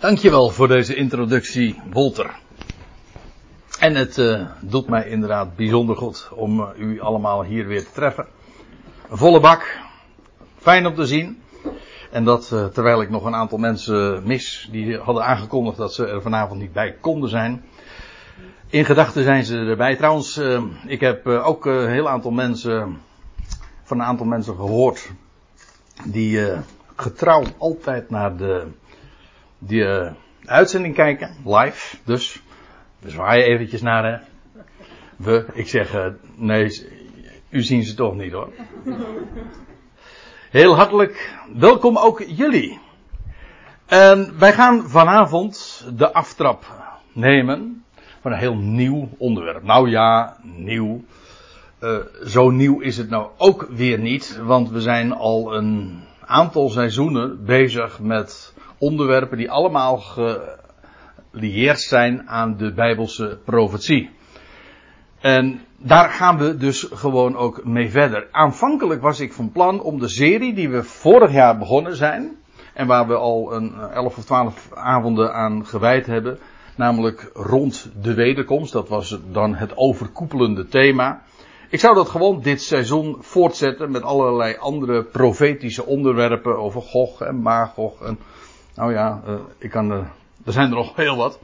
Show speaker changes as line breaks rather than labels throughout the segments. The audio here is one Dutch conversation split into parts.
Dankjewel voor deze introductie, Wolter. En het doet mij inderdaad bijzonder goed om u allemaal hier weer te treffen. Een volle bak. Fijn om te zien. En dat terwijl ik nog een aantal mensen mis die hadden aangekondigd dat ze er vanavond niet bij konden zijn. In gedachten zijn ze erbij. Trouwens, ik heb ook een heel aantal mensen, van een aantal mensen gehoord die getrouw altijd naar die uitzending kijken, live, dus we zwaaien eventjes naar ik zeg, nee, u zien ze toch niet hoor. Heel hartelijk welkom ook jullie. En wij gaan vanavond de aftrap nemen van een heel nieuw onderwerp. Nou ja, nieuw. Zo nieuw is het nou ook weer niet, want we zijn al een aantal seizoenen bezig met onderwerpen die allemaal gelieerd zijn aan de Bijbelse profetie. En daar gaan we dus gewoon ook mee verder. Aanvankelijk was ik van plan om de serie die we vorig jaar begonnen zijn, en waar we al een 11 of 12 avonden aan gewijd hebben, namelijk rond de wederkomst, dat was dan het overkoepelende thema. Ik zou dat gewoon dit seizoen voortzetten met allerlei andere profetische onderwerpen over Gog en Magog en nou ja, er zijn er nog heel wat.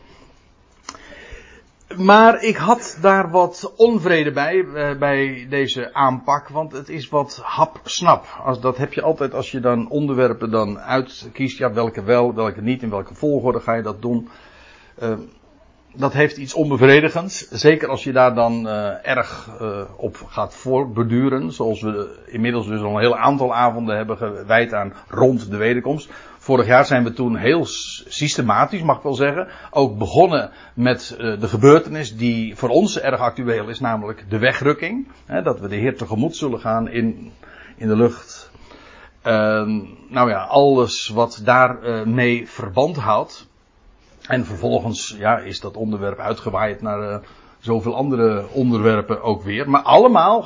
Maar ik had daar wat onvrede bij deze aanpak, want het is wat hap-snap. Dat heb je altijd als je dan onderwerpen dan uitkiest, ja, welke wel, welke niet, in welke volgorde ga je dat doen. Dat heeft iets onbevredigends, zeker als je daar dan erg op gaat voortborduren, zoals we inmiddels dus al een heel aantal avonden hebben gewijd aan rond de wederkomst. Vorig jaar zijn we toen heel systematisch, mag ik wel zeggen, ook begonnen met de gebeurtenis die voor ons erg actueel is, namelijk de wegrukking. Hè, dat we de Heer tegemoet zullen gaan in de lucht. Nou ja, alles wat daar mee verband houdt. En vervolgens ja, is dat onderwerp uitgewaaid naar zoveel andere onderwerpen ook weer. Maar allemaal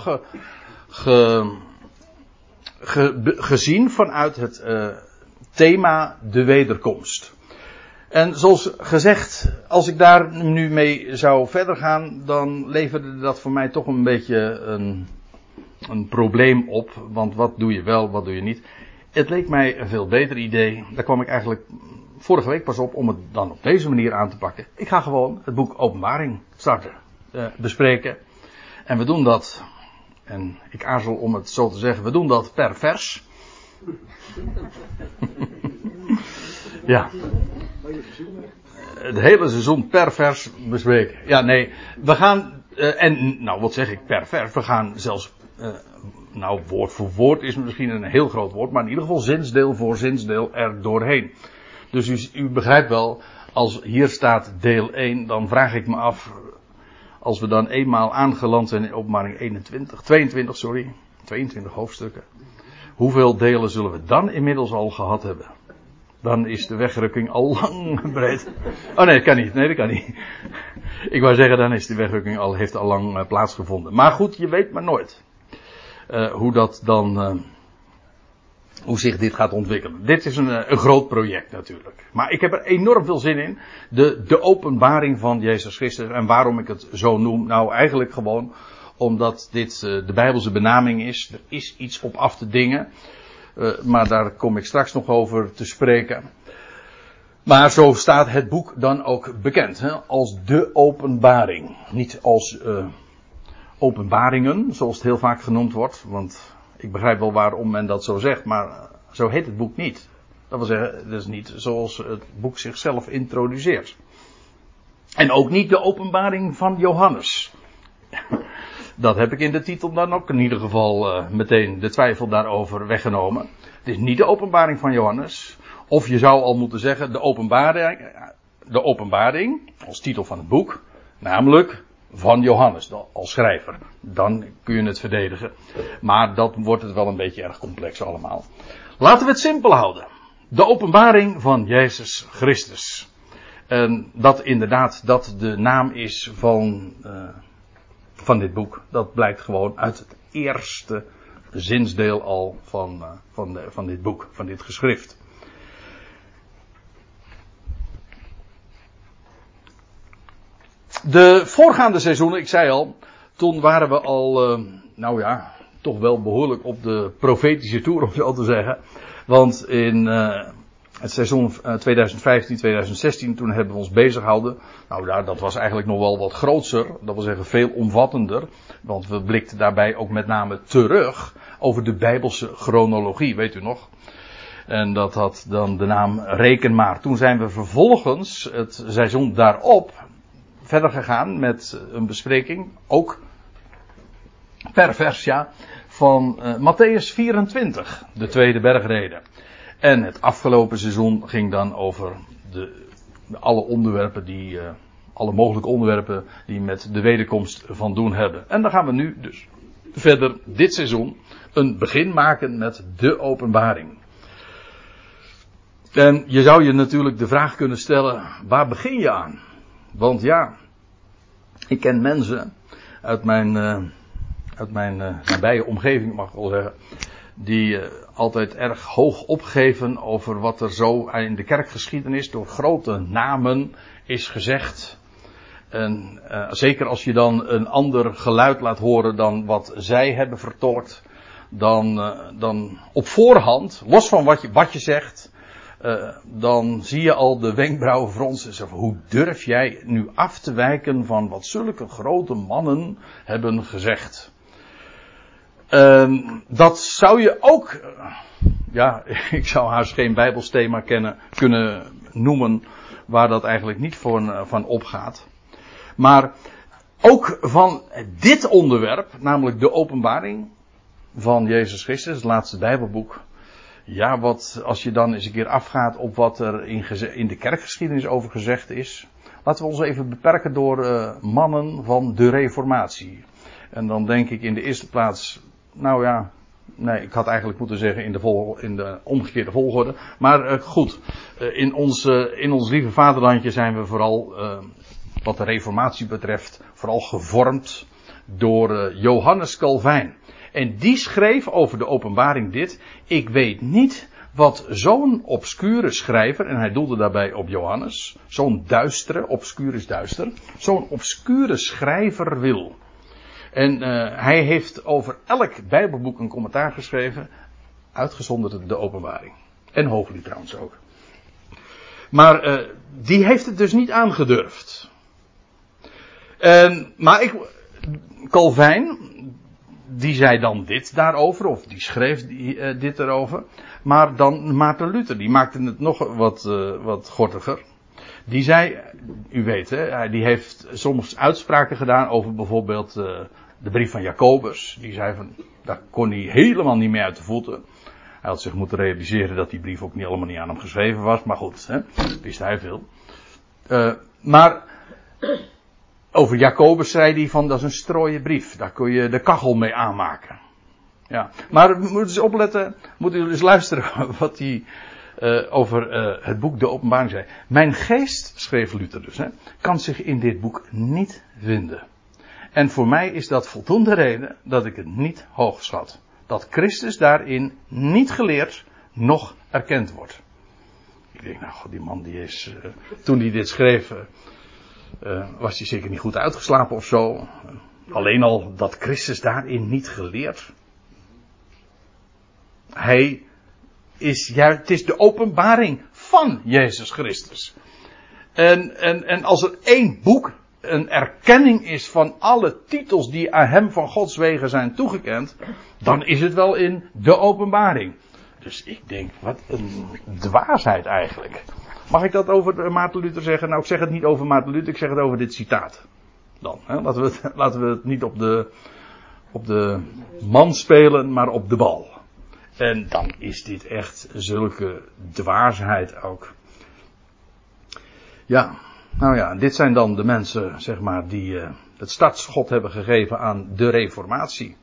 gezien vanuit het thema de wederkomst. En zoals gezegd, als ik daar nu mee zou verder gaan, dan leverde dat voor mij toch een beetje een probleem op. Want wat doe je wel, wat doe je niet? Het leek mij een veel beter idee. Daar kwam ik eigenlijk vorige week pas op om het dan op deze manier aan te pakken. Ik ga gewoon het boek Openbaring starten, bespreken. En we doen dat, en ik aarzel om het zo te zeggen, we doen dat per vers. Ja. Het hele seizoen per vers bespreken. Ja, nee. We gaan, nou wat zeg ik per vers? We gaan zelfs, nou woord voor woord is misschien een heel groot woord, maar in ieder geval zinsdeel voor zinsdeel er doorheen. Dus u begrijpt wel, als hier staat deel 1, dan vraag ik me af, als we dan eenmaal aangeland zijn in Openbaring 22 hoofdstukken. Hoeveel delen zullen we dan inmiddels al gehad hebben? Dan is de wegrukking al lang breed. Oh nee, dat kan niet. Ik wou zeggen, dan is de wegrukking heeft al lang plaatsgevonden. Maar goed, je weet maar nooit. Hoe dat dan, hoe zich dit gaat ontwikkelen. Dit is een groot project natuurlijk. Maar ik heb er enorm veel zin in. De openbaring van Jezus Christus. En waarom ik het zo noem? Nou, eigenlijk gewoon omdat dit de Bijbelse benaming is. Er is iets op af te dingen. Maar daar kom ik straks nog over te spreken. Maar zo staat het boek dan ook bekend. Hè? Als de openbaring. Niet als openbaringen, zoals het heel vaak genoemd wordt. Want ik begrijp wel waarom men dat zo zegt. Maar zo heet het boek niet. Dat wil zeggen, het is niet zoals het boek zichzelf introduceert. En ook niet de openbaring van Johannes. Dat heb ik in de titel dan ook in ieder geval meteen de twijfel daarover weggenomen. Het is niet de openbaring van Johannes. Of je zou al moeten zeggen de openbaring als titel van het boek. Namelijk van Johannes als schrijver. Dan kun je het verdedigen. Maar dat wordt het wel een beetje erg complex allemaal. Laten we het simpel houden. De openbaring van Jezus Christus. En dat inderdaad dat de naam is van dit boek. Dat blijkt gewoon uit het eerste zinsdeel al van dit boek, van dit geschrift. De voorgaande seizoenen, ik zei al, toen waren we al, toch wel behoorlijk op de profetische toer, om zo te zeggen. Want in het seizoen 2015-2016, toen hebben we ons bezig gehouden. Nou, dat was eigenlijk nog wel wat grootser. Dat wil zeggen veel omvattender. Want we blikten daarbij ook met name terug over de Bijbelse chronologie, weet u nog. En dat had dan de naam Reken maar. Toen zijn we vervolgens het seizoen daarop verder gegaan met een bespreking, ook per vers, van Mattheüs 24, de tweede bergrede. En het afgelopen seizoen ging dan over alle mogelijke onderwerpen die met de wederkomst van doen hebben. En dan gaan we nu dus verder dit seizoen een begin maken met de openbaring. En je zou je natuurlijk de vraag kunnen stellen, waar begin je aan? Want ja, ik ken mensen uit mijn nabije omgeving, mag ik wel zeggen, die altijd erg hoog opgeven over wat er zo in de kerkgeschiedenis door grote namen is gezegd. En zeker als je dan een ander geluid laat horen dan wat zij hebben vertolkt, dan op voorhand, los van wat je zegt, dan zie je al de wenkbrauwen fronsen. Hoe durf jij nu af te wijken van wat zulke grote mannen hebben gezegd? Dat zou je ook, ik zou haast geen Bijbelsthema kunnen noemen waar dat eigenlijk niet van opgaat. Maar ook van dit onderwerp, namelijk de openbaring van Jezus Christus, het laatste Bijbelboek. Ja, als je dan eens een keer afgaat op wat er in de kerkgeschiedenis over gezegd is. Laten we ons even beperken door mannen van de Reformatie. En dan denk ik in de eerste plaats, ik had eigenlijk moeten zeggen in de omgekeerde volgorde. Maar goed, in ons lieve vaderlandje zijn we vooral, wat de Reformatie betreft, vooral gevormd door Johannes Calvijn. En die schreef over de openbaring dit: ik weet niet wat zo'n obscure schrijver, en hij doelde daarbij op Johannes, zo'n duistere, obscuur is duister, zo'n obscure schrijver wil. En hij heeft over elk Bijbelboek een commentaar geschreven, uitgezonderd de openbaring. En Hooglied trouwens ook. Maar die heeft het dus niet aangedurfd. Calvijn, die zei dan dit daarover, of die schreef dit erover. Maar dan Maarten Luther, die maakte het nog wat gortiger. Die zei, u weet die heeft soms uitspraken gedaan over bijvoorbeeld de brief van Jacobus. Die zei van, daar kon hij helemaal niet meer uit de voeten. Hij had zich moeten realiseren dat die brief ook allemaal niet aan hem geschreven was. Maar goed, wist hij veel. Maar over Jacobus zei hij van, dat is een strooie brief. Daar kun je de kachel mee aanmaken. Ja, maar we moeten eens opletten, moeten jullie eens luisteren wat hij over het boek De Openbaring zei. Mijn geest, schreef Luther dus, kan zich in dit boek niet vinden. En voor mij is dat voldoende reden dat ik het niet hoog schat. Dat Christus daarin niet geleerd, noch erkend wordt. Ik denk, die man die is, toen hij dit schreef, was hij zeker niet goed uitgeslapen of zo. Alleen al dat Christus daarin niet geleerd. Het is de openbaring van Jezus Christus. En als er één boek een erkenning is van alle titels die aan hem van Gods wegen zijn toegekend, dan is het wel in de openbaring. Dus ik denk, wat een dwaasheid eigenlijk. Mag ik dat over Maarten Luther zeggen? Nou, ik zeg het niet over Maarten Luther, ik zeg het over dit citaat. Dan, laten we het niet op de man spelen, maar op de bal. En dan is dit echt zulke dwaasheid ook. Ja, dit zijn dan de mensen, zeg maar, die het startschot hebben gegeven aan de Reformatie.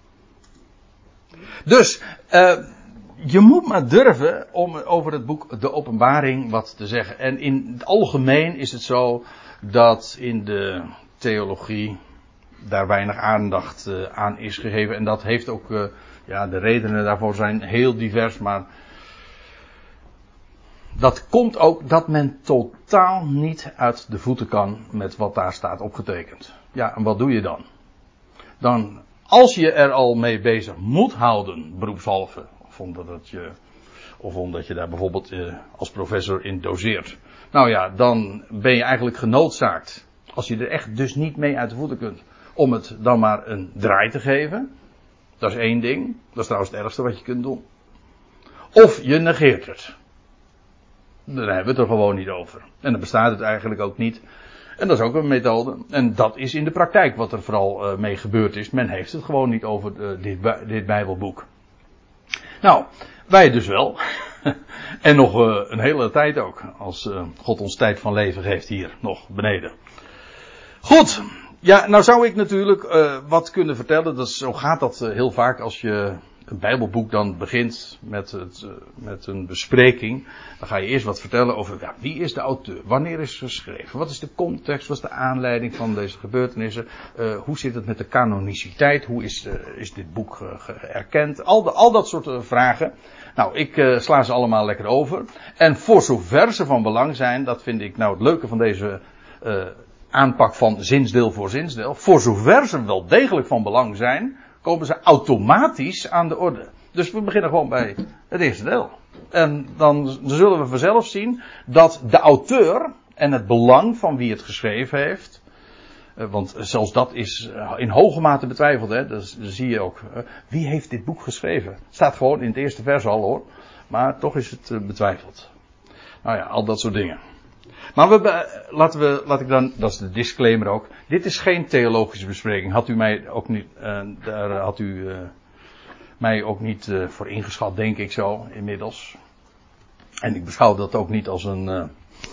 Dus, je moet maar durven om over het boek De Openbaring wat te zeggen. En in het algemeen is het zo dat in de theologie daar weinig aandacht aan is gegeven. En dat heeft ook, de redenen daarvoor zijn heel divers, maar dat komt ook dat men totaal niet uit de voeten kan met wat daar staat opgetekend. Ja, en wat doe je dan? Dan, als je er al mee bezig moet houden, beroepshalve, of omdat je daar bijvoorbeeld als professor in doseert. Nou ja, dan ben je eigenlijk genoodzaakt, als je er echt dus niet mee uit de voeten kunt, om het dan maar een draai te geven. Dat is één ding. Dat is trouwens het ergste wat je kunt doen. Of je negeert het. Dan hebben we het er gewoon niet over. En dan bestaat het eigenlijk ook niet. En dat is ook een methode. En dat is in de praktijk wat er vooral mee gebeurd is. Men heeft het gewoon niet over dit Bijbelboek. Nou, wij dus wel. En nog een hele tijd ook. Als God ons tijd van leven geeft hier nog beneden. Goed. Ja, nou zou ik natuurlijk wat kunnen vertellen. Zo gaat dat heel vaak als je een Bijbelboek dan begint met een bespreking. Dan ga je eerst wat vertellen over wie is de auteur, wanneer is het geschreven, wat is de context, wat is de aanleiding van deze gebeurtenissen, hoe zit het met de canoniciteit, hoe is dit boek erkend, al dat soort vragen. Nou, ik sla ze allemaal lekker over. En voor zover ze van belang zijn, dat vind ik nou het leuke van deze aanpak van zinsdeel voor zinsdeel. Voor zover ze wel degelijk van belang zijn, komen ze automatisch aan de orde. Dus we beginnen gewoon bij het eerste deel. En dan zullen we vanzelf zien dat de auteur en het belang van wie het geschreven heeft, want zelfs dat is in hoge mate betwijfeld, hè? Dat zie je ook. Wie heeft dit boek geschreven? Het staat gewoon in het eerste vers al hoor. Maar toch is het betwijfeld. Nou ja, al dat soort dingen. Maar laat ik dan, dat is de disclaimer ook. Dit is geen theologische bespreking. Had u mij ook niet, daar had u mij ook niet voor ingeschat, denk ik zo, inmiddels. En ik beschouw dat ook niet als een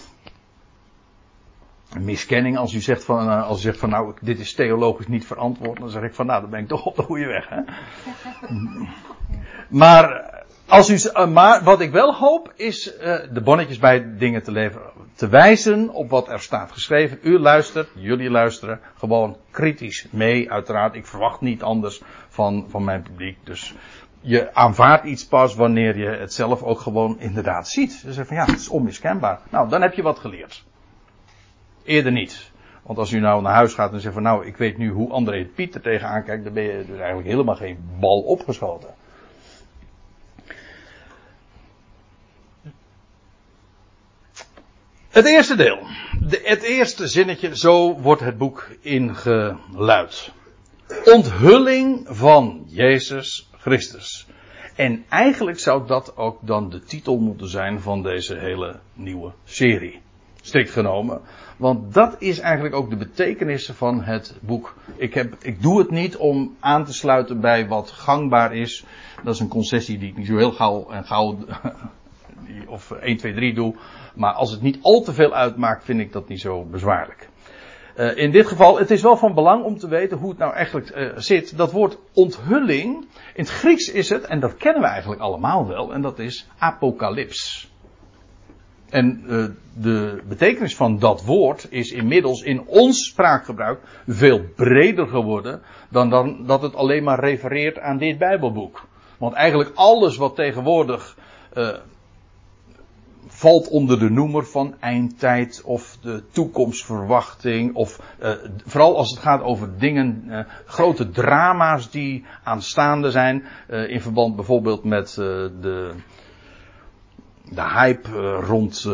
miskenning. Als u zegt van nou, dit is theologisch niet verantwoord, dan zeg ik van nou, dan ben ik toch op de goede weg, hè. Maar maar wat ik wel hoop is de bonnetjes bij dingen te leveren. Te wijzen op wat er staat geschreven. U luistert, jullie luisteren gewoon kritisch mee. Uiteraard, ik verwacht niet anders van mijn publiek. Dus je aanvaardt iets pas wanneer je het zelf ook gewoon inderdaad ziet. Dus van ja, het is onmiskenbaar. Nou, dan heb je wat geleerd. Eerder niet. Want als u nou naar huis gaat en zegt van nou, ik weet nu hoe André Piet er tegenaan kijkt, dan ben je dus eigenlijk helemaal geen bal opgeschoten. Het eerste deel. Het eerste zinnetje, zo wordt het boek ingeluid. Onthulling van Jezus Christus. En eigenlijk zou dat ook dan de titel moeten zijn van deze hele nieuwe serie. Strikt genomen. Want dat is eigenlijk ook de betekenis van het boek. Ik doe het niet om aan te sluiten bij wat gangbaar is. Dat is een concessie die ik niet zo heel gauw of 1, 2, 3 doe. Maar als het niet al te veel uitmaakt, vind ik dat niet zo bezwaarlijk. In dit geval, het is wel van belang om te weten hoe het nou eigenlijk zit. Dat woord onthulling, in het Grieks is het, en dat kennen we eigenlijk allemaal wel, en dat is apocalyps. En de betekenis van dat woord is inmiddels in ons spraakgebruik veel breder geworden dan dat het alleen maar refereert aan dit Bijbelboek. Want eigenlijk alles wat tegenwoordig valt onder de noemer van eindtijd of de toekomstverwachting of vooral als het gaat over dingen, grote drama's die aanstaande zijn in verband bijvoorbeeld met de hype rond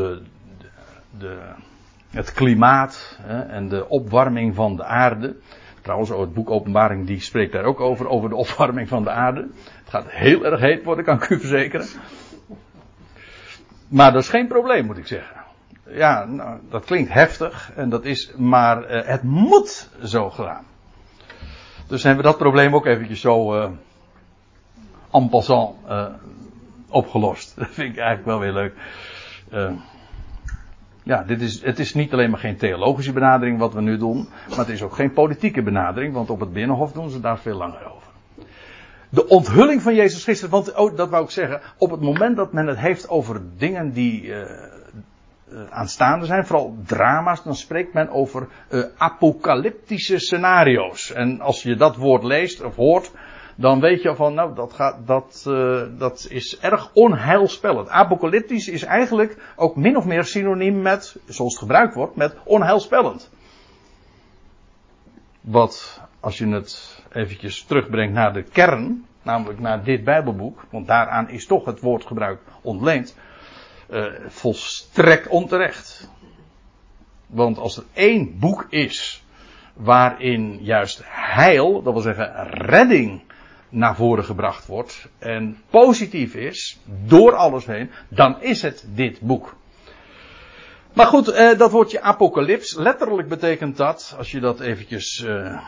het klimaat en de opwarming van de aarde. Trouwens, het boek Openbaring die spreekt daar ook over de opwarming van de aarde. Het gaat heel erg heet worden, kan ik u verzekeren. Maar dat is geen probleem, moet ik zeggen. Ja, nou, dat klinkt heftig, en dat is, maar het moet zo gaan. Dus hebben we dat probleem ook eventjes zo en passant opgelost. Dat vind ik eigenlijk wel weer leuk. Ja, het is niet alleen maar geen theologische benadering wat we nu doen, maar het is ook geen politieke benadering, want op het Binnenhof doen ze daar veel langer over. De onthulling van Jezus Christus, want dat wou ik zeggen, op het moment dat men het heeft over dingen die aanstaande zijn, vooral drama's, dan spreekt men over apocalyptische scenario's. En als je dat woord leest of hoort, dan weet je van, nou, dat is erg onheilspellend. Apocalyptisch is eigenlijk ook min of meer synoniem met, zoals het gebruikt wordt, met onheilspellend. Wat, als je het eventjes terugbrengt naar de kern, namelijk naar dit Bijbelboek, want daaraan is toch het woordgebruik ontleend, volstrekt onterecht. Want als er één boek is waarin juist heil, dat wil zeggen redding, naar voren gebracht wordt en positief is, door alles heen, dan is het dit boek. Maar goed, dat woordje apocalyps, letterlijk betekent dat, als je dat eventjes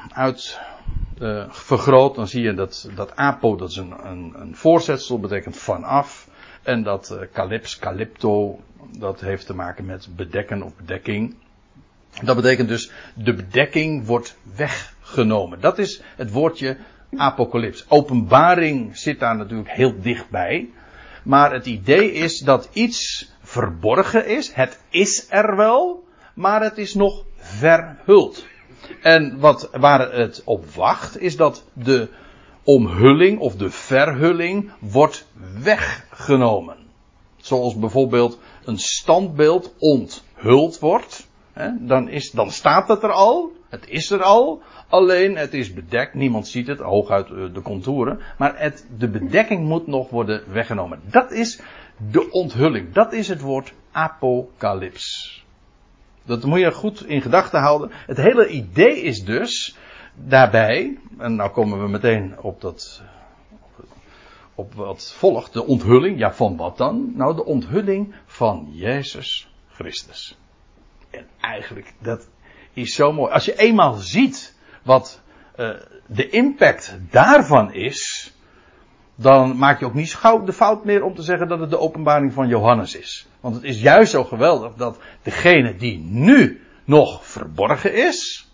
vergroot, dan zie je dat apo, dat is een voorzetsel, betekent vanaf. En dat calypto, dat heeft te maken met bedekken of bedekking. Dat betekent dus, de bedekking wordt weggenomen. Dat is het woordje apocalyps. Openbaring zit daar natuurlijk heel dichtbij. Maar het idee is dat iets verborgen is. Het is er wel, maar het is nog verhuld. En waar het op wacht, is dat de omhulling of de verhulling wordt weggenomen. Zoals bijvoorbeeld een standbeeld onthuld wordt. Dan staat het er al. Het is er al. Alleen het is bedekt. Niemand ziet het. Hooguit de contouren. Maar de bedekking moet nog worden weggenomen. Dat is de onthulling. Dat is het woord apocalyps. Dat moet je goed in gedachten houden. Het hele idee is dus daarbij. En nou komen we meteen op wat volgt. De onthulling. Ja, van wat dan? Nou, de onthulling van Jezus Christus. En eigenlijk, dat is zo mooi. Als je eenmaal ziet wat de impact daarvan is, dan maak je ook niet gauw de fout meer om te zeggen dat het de openbaring van Johannes is. Want het is juist zo geweldig dat degene die nu nog verborgen is,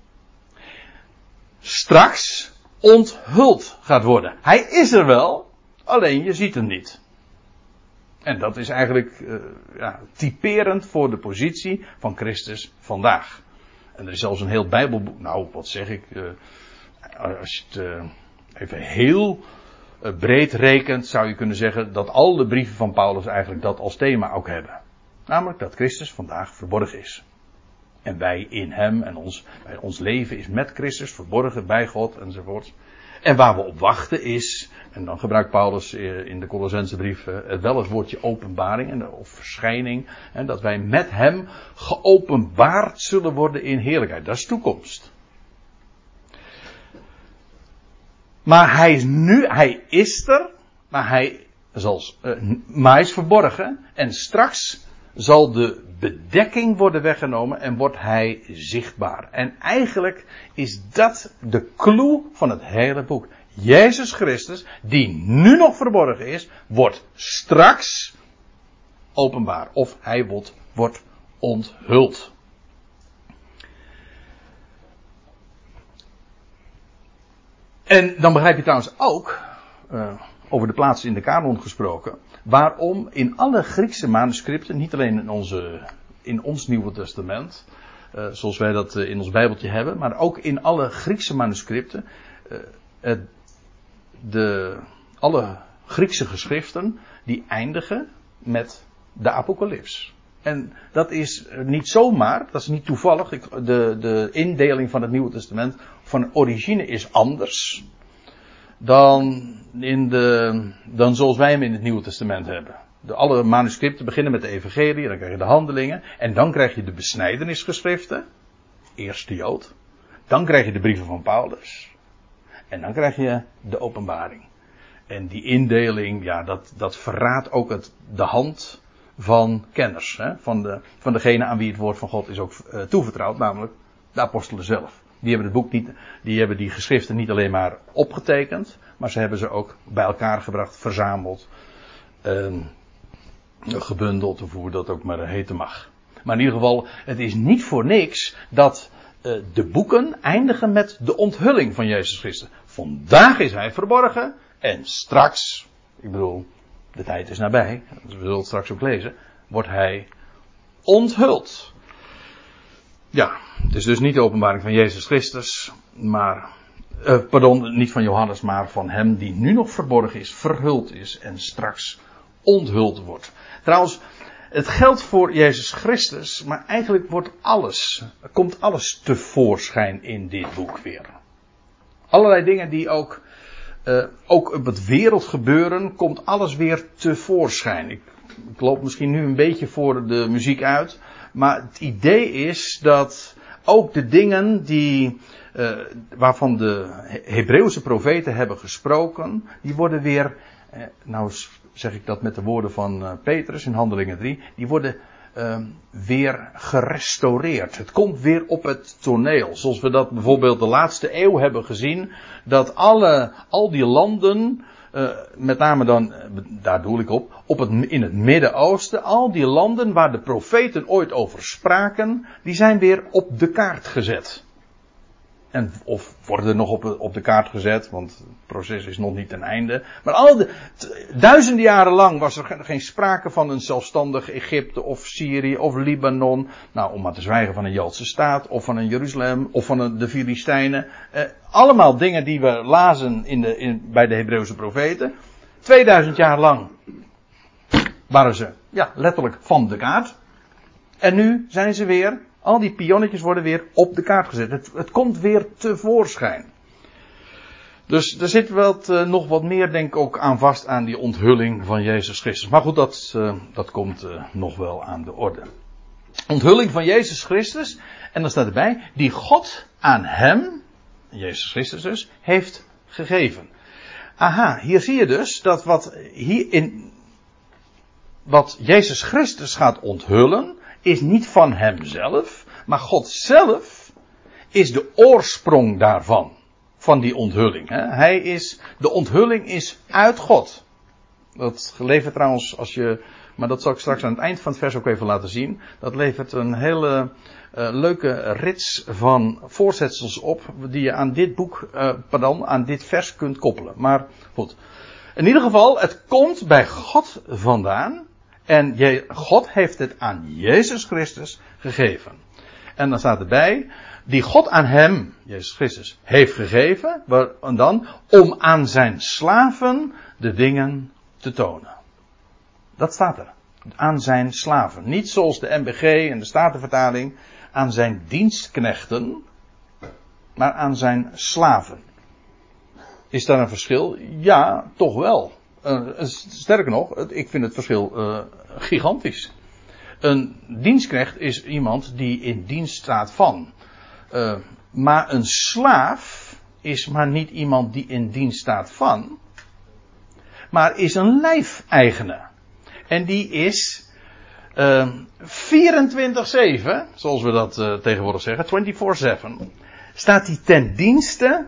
straks onthuld gaat worden. Hij is er wel, alleen je ziet hem niet. En dat is eigenlijk typerend voor de positie van Christus vandaag. En er is zelfs een heel Bijbelboek. Nou, wat zeg ik? Als je het even heel breed rekent, zou je kunnen zeggen dat al de brieven van Paulus eigenlijk dat als thema ook hebben. Namelijk dat Christus vandaag verborgen is. En wij in hem en ons leven is met Christus verborgen bij God enzovoort. En waar we op wachten is, en dan gebruikt Paulus in de Colossensebrief wel het woordje openbaring of verschijning. En dat wij met hem geopenbaard zullen worden in heerlijkheid. Dat is toekomst. Maar hij is er, maar hij is verborgen. En straks zal de bedekking worden weggenomen en wordt hij zichtbaar. En eigenlijk is dat de clue van het hele boek. Jezus Christus, die nu nog verborgen is, wordt straks openbaar. Of hij wordt onthuld. En dan begrijp je trouwens ook, over de plaatsen in de kanon gesproken, waarom in alle Griekse manuscripten, niet alleen in ons Nieuwe Testament, zoals wij dat in ons Bijbeltje hebben, maar ook in alle Griekse manuscripten, alle Griekse geschriften, die eindigen met de apocalyps. En dat is niet zomaar, dat is niet toevallig. De indeling van het Nieuwe Testament van origine is anders dan zoals wij hem in het Nieuwe Testament hebben. Alle manuscripten beginnen met de evangelie, dan krijg je de handelingen, en dan krijg je de besnijdenisgeschriften, eerst de Jood, dan krijg je de brieven van Paulus, en dan krijg je de openbaring. En die indeling, ja, dat verraadt ook de hand van kenners, hè? Van degene aan wie het woord van God is ook toevertrouwd, namelijk de apostelen zelf. Die hebben die geschriften niet alleen maar opgetekend, maar ze hebben ze ook bij elkaar gebracht, verzameld, gebundeld, of hoe dat ook maar heten mag. Maar in ieder geval, het is niet voor niks dat de boeken eindigen met de onthulling van Jezus Christus. Vandaag is hij verborgen en straks, ik bedoel, de tijd is nabij, we zullen het straks ook lezen, wordt hij onthuld. Ja, het is dus niet de openbaring van Jezus Christus, maar Pardon, niet van Johannes, maar van hem die nu nog verborgen is, verhuld is en straks onthuld wordt. Trouwens, het geldt voor Jezus Christus, maar eigenlijk komt alles tevoorschijn in dit boek weer. Allerlei dingen die ook op het wereldgebeuren, komt alles weer tevoorschijn. Ik loop misschien nu een beetje voor de muziek uit, maar het idee is dat ook de dingen waarvan de Hebreeuwse profeten hebben gesproken, die worden weer, nou zeg ik dat met de woorden van Petrus in Handelingen 3, die worden weer gerestaureerd. Het komt weer op het toneel. Zoals we dat bijvoorbeeld de laatste eeuw hebben gezien, dat al die landen, met name dan, daar doel ik op in het Midden-Oosten, al die landen waar de profeten ooit over spraken, die zijn weer op de kaart gezet. Of worden nog op de kaart gezet, want het proces is nog niet ten einde. Maar duizenden jaren lang was er geen sprake van een zelfstandig Egypte of Syrië of Libanon. Nou, om maar te zwijgen van een Joodse staat of van een Jeruzalem of van de Filistijnen. Allemaal dingen die we lazen bij de Hebreeuwse profeten. 2000 jaar lang waren ze letterlijk van de kaart. En nu zijn ze weer... Al die pionnetjes worden weer op de kaart gezet. Het komt weer tevoorschijn. Dus er zit nog wat meer, denk ik, ook aan vast aan die onthulling van Jezus Christus. Maar goed, dat komt nog wel aan de orde. Onthulling van Jezus Christus. En dan staat erbij, die God aan hem, Jezus Christus dus, heeft gegeven. Aha, hier zie je dus dat wat Jezus Christus gaat onthullen, is niet van hemzelf, maar God zelf is de oorsprong daarvan. Van die onthulling. Hè? De onthulling is uit God. Dat levert trouwens, maar dat zal ik straks aan het eind van het vers ook even laten zien. Dat levert een hele leuke rits van voorzetsels op, die je aan dit boek, aan dit vers kunt koppelen. Maar goed. In ieder geval, het komt bij God vandaan. En God heeft het aan Jezus Christus gegeven. En dan staat erbij, die God aan hem, Jezus Christus, heeft gegeven. En dan, om aan zijn slaven de dingen te tonen. Dat staat er. Aan zijn slaven. Niet zoals de MBG en de Statenvertaling. Aan zijn dienstknechten. Maar aan zijn slaven. Is daar een verschil? Ja, toch wel. Sterker nog, ik vind het verschil gigantisch. Een dienstknecht is iemand die in dienst staat van. Maar een slaaf is maar niet iemand die in dienst staat van. Maar is een lijfeigene. En die is 24/7, zoals we dat tegenwoordig zeggen, 24/7. Staat hij ten dienste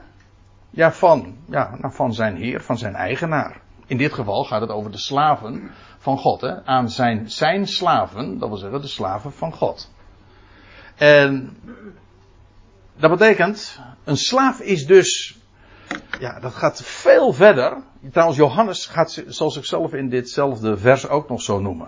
van zijn heer, van zijn eigenaar. In dit geval gaat het over de slaven van God. Hè? Aan zijn slaven, dat wil zeggen de slaven van God. En dat betekent, een slaaf is dus, dat gaat veel verder. Trouwens, Johannes gaat zichzelf in ditzelfde vers ook nog zo noemen.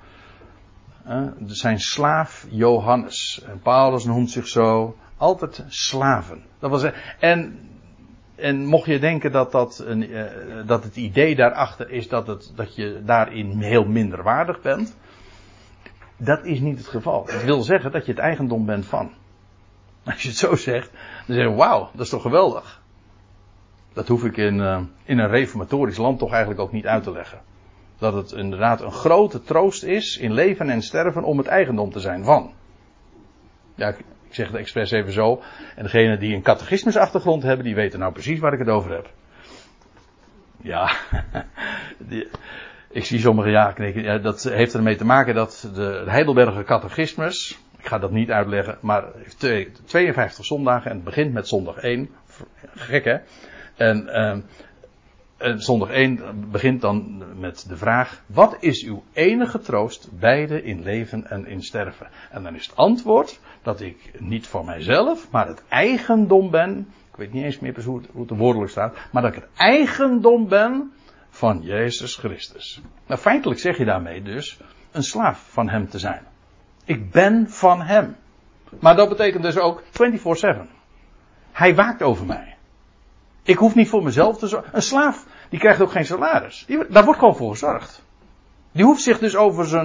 Zijn slaaf Johannes. En Paulus noemt zich zo altijd slaven. Dat wil zeggen, en mocht je denken dat het idee daarachter is dat je daarin heel minderwaardig bent. Dat is niet het geval. Het wil zeggen dat je het eigendom bent van. Als je het zo zegt, dan zeg je, wauw, dat is toch geweldig. Dat hoef ik in een reformatorisch land toch eigenlijk ook niet uit te leggen. Dat het inderdaad een grote troost is in leven en sterven om het eigendom te zijn van. Ja, ik zeg het expres even zo. En degenen die een catechismusachtergrond hebben, die weten nou precies waar ik het over heb. Ja, ik zie sommigen knikken. Ja, dat heeft ermee te maken dat de Heidelberger catechismus, ik ga dat niet uitleggen, maar 52 zondagen en het begint met zondag 1. Gek hè? En zondag 1 begint dan met de vraag, wat is uw enige troost beide in leven en in sterven? En dan is het antwoord dat ik niet voor mijzelf, maar het eigendom ben, ik weet niet eens meer hoe het woordelijk staat, maar dat ik het eigendom ben van Jezus Christus. Nou, feitelijk zeg je daarmee dus een slaaf van hem te zijn. Ik ben van hem. Maar dat betekent dus ook 24/7. Hij waakt over mij. Ik hoef niet voor mezelf te zorgen. Een slaaf, die krijgt ook geen salaris. Daar wordt gewoon voor gezorgd. Die hoeft zich dus over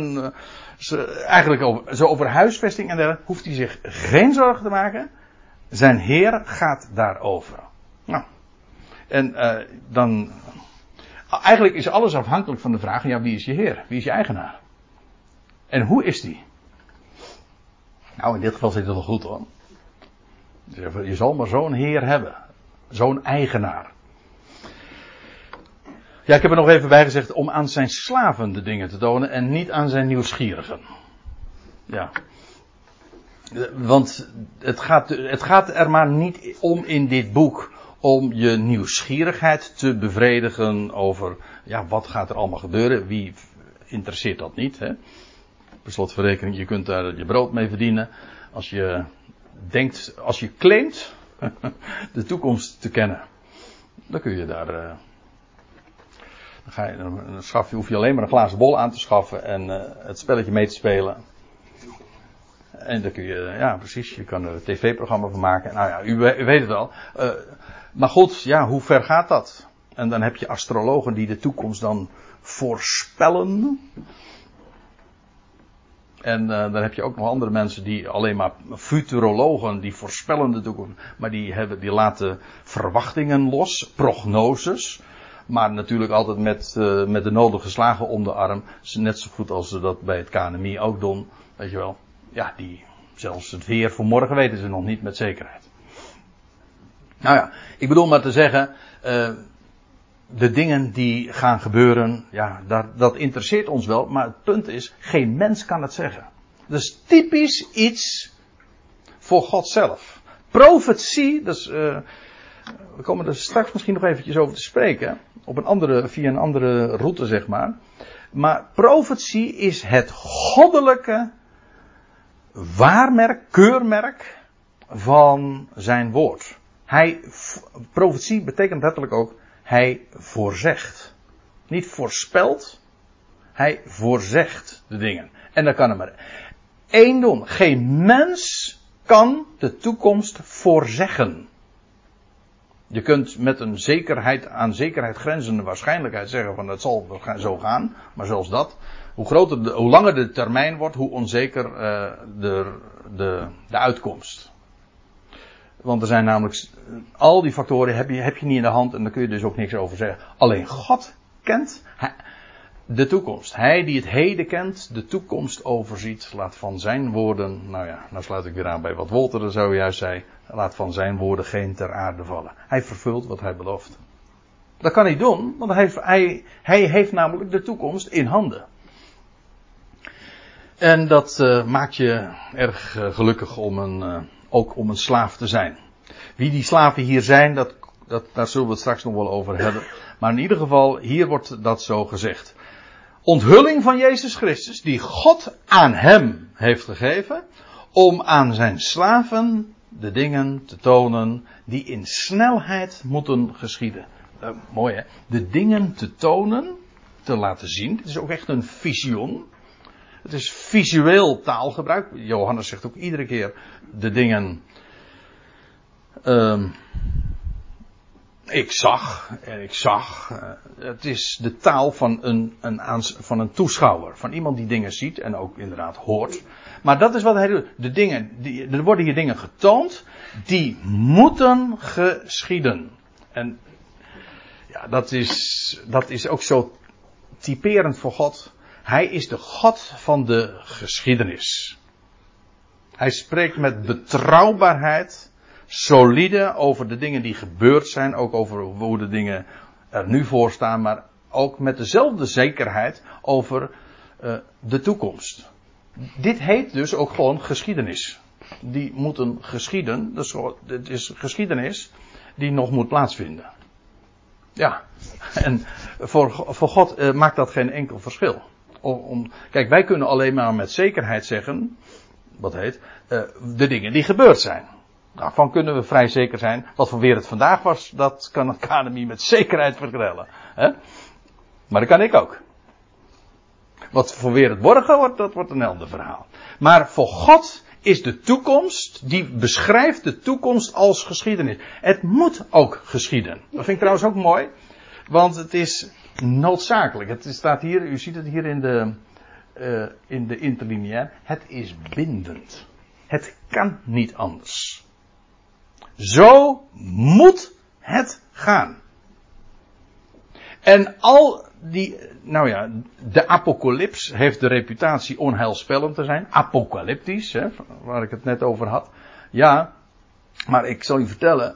over huisvesting en dergelijke, hoeft hij zich geen zorgen te maken. Zijn Heer gaat daarover. Nou. En dan... Eigenlijk is alles afhankelijk van de vraag, ja, wie is je Heer? Wie is je eigenaar? En hoe is die? Nou, in dit geval zit het wel goed hoor. Je zal maar zo'n Heer hebben. Zo'n eigenaar. Ja, ik heb er nog even bij gezegd om aan zijn slaven de dingen te tonen en niet aan zijn nieuwsgierigen. Ja. Want het gaat er maar niet om in dit boek om je nieuwsgierigheid te bevredigen over, ja, wat gaat er allemaal gebeuren? Wie interesseert dat niet, hè? Per slot van rekening, je kunt daar je brood mee verdienen als je denkt, als je claimt de toekomst te kennen. Dan kun je daar, hoef je alleen maar een glazen bol aan te schaffen en het spelletje mee te spelen. En dan kun je, ja precies, je kan er een tv-programma van maken. Nou ja, u weet het wel. Maar goed, ja, hoe ver gaat dat? En dan heb je astrologen die de toekomst dan voorspellen. En dan heb je ook nog andere mensen die alleen maar futurologen, die voorspellen de toekomst. Maar die laten verwachtingen los, prognoses. Maar natuurlijk altijd met de nodige slagen om de arm. Net zo goed als ze dat bij het KNMI ook doen. Weet je wel. Ja, zelfs het weer voor morgen weten ze nog niet met zekerheid. Nou ja, ik bedoel maar te zeggen, de dingen die gaan gebeuren, ja, dat interesseert ons wel, maar het punt is, geen mens kan het zeggen. Dat is typisch iets voor God zelf. Profetie, we komen er straks misschien nog eventjes over te spreken, via een andere route zeg maar. Maar profetie is het goddelijke waarmerk, keurmerk van zijn woord. Profetie betekent letterlijk ook, hij voorzegt. Niet voorspelt, hij voorzegt de dingen. En dan kan er maar één doen. Geen mens kan de toekomst voorzeggen. Je kunt met een aan zekerheid grenzende waarschijnlijkheid zeggen van het zal zo gaan. Maar zelfs dat, hoe langer de termijn wordt, hoe onzeker de uitkomst. Want er zijn namelijk al die factoren heb je niet in de hand en daar kun je dus ook niks over zeggen. Alleen God kent de toekomst. Hij die het heden kent, de toekomst overziet, laat van zijn woorden, nou ja, nou sluit ik weer aan bij wat Wolter er zojuist zei, laat van zijn woorden geen ter aarde vallen. Hij vervult wat hij belooft. Dat kan hij doen, want hij heeft namelijk de toekomst in handen. En dat maakt je erg gelukkig ook om een slaaf te zijn. Wie die slaven hier zijn, daar zullen we het straks nog wel over hebben. Maar in ieder geval, hier wordt dat zo gezegd. Onthulling van Jezus Christus, die God aan hem heeft gegeven, om aan zijn slaven de dingen te tonen die in snelheid moeten geschieden. Mooi hè? De dingen te tonen, te laten zien. Het is ook echt een visioen. Het is visueel taalgebruik. Johannes zegt ook iedere keer de dingen. Ik zag. Het is de taal van een toeschouwer. Van iemand die dingen ziet en ook inderdaad hoort. Maar dat is wat hij doet. Er worden hier dingen getoond die moeten geschieden. En ja, dat is ook zo typerend voor God. Hij is de God van de geschiedenis. Hij spreekt met betrouwbaarheid, solide over de dingen die gebeurd zijn, ook over hoe de dingen er nu voor staan, maar ook met dezelfde zekerheid over de toekomst. Dit heet dus ook gewoon geschiedenis. Die moeten geschieden, dus het is geschiedenis die nog moet plaatsvinden. Ja, en voor God maakt dat geen enkel verschil. Kijk, wij kunnen alleen maar met zekerheid zeggen, de dingen die gebeurd zijn. Daarvan kunnen we vrij zeker zijn. Wat voor weer het vandaag was, dat kan het KNMI met zekerheid vertellen. Hè? Maar dat kan ik ook. Wat voor weer het morgen wordt, dat wordt een ander verhaal. Maar voor God is de toekomst, die beschrijft de toekomst als geschiedenis. Het moet ook geschieden. Dat vind ik trouwens ook mooi, want het is noodzakelijk. Het staat hier, u ziet het hier in de interlineair, het is bindend. Het kan niet anders. Zo moet het gaan. En de apocalyps heeft de reputatie onheilspellend te zijn. Apocalyptisch, waar ik het net over had. Ja, maar ik zal u vertellen,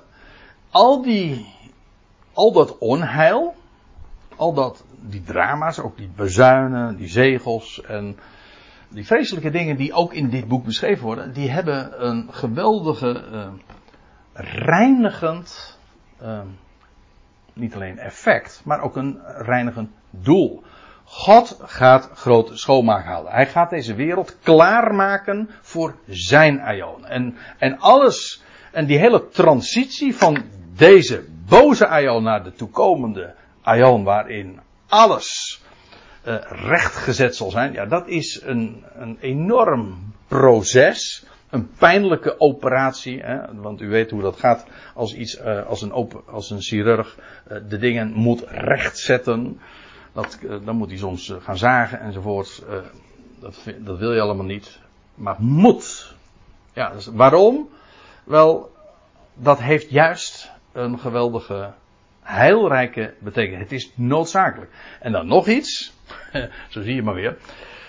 al dat onheil, die drama's, ook die bazuinen, die zegels en die vreselijke dingen die ook in dit boek beschreven worden, die hebben een geweldige reinigend, niet alleen effect, maar ook een reinigend doel. God gaat grote schoonmaak halen. Hij gaat deze wereld klaarmaken voor zijn aion. En alles, en die hele transitie van deze boze aion naar de toekomende aion, waarin alles rechtgezet zal zijn. Ja, dat is een enorm proces. Een pijnlijke operatie, want u weet hoe dat gaat als een chirurg de dingen moet rechtzetten. Dan moet hij soms gaan zagen enzovoort. Dat wil je allemaal niet. Maar moet. Ja, dus waarom? Wel, dat heeft juist een geweldige, heilrijke betekenis. Het is noodzakelijk. En dan nog iets. Zo zie je maar weer.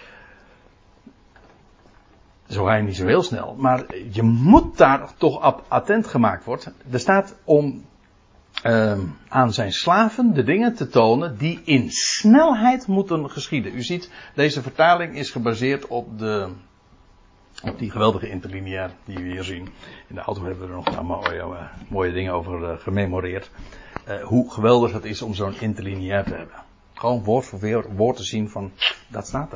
Zo ga je niet zo heel snel. Maar je moet daar toch op attent gemaakt worden. Er staat om aan zijn slaven de dingen te tonen die in snelheid moeten geschieden. U ziet, deze vertaling is gebaseerd op die geweldige interlineair die we hier zien. In de auto hebben we er nog mooie dingen over gememoreerd. Hoe geweldig het is om zo'n interlineair te hebben. Gewoon woord voor woord te zien van, dat staat er.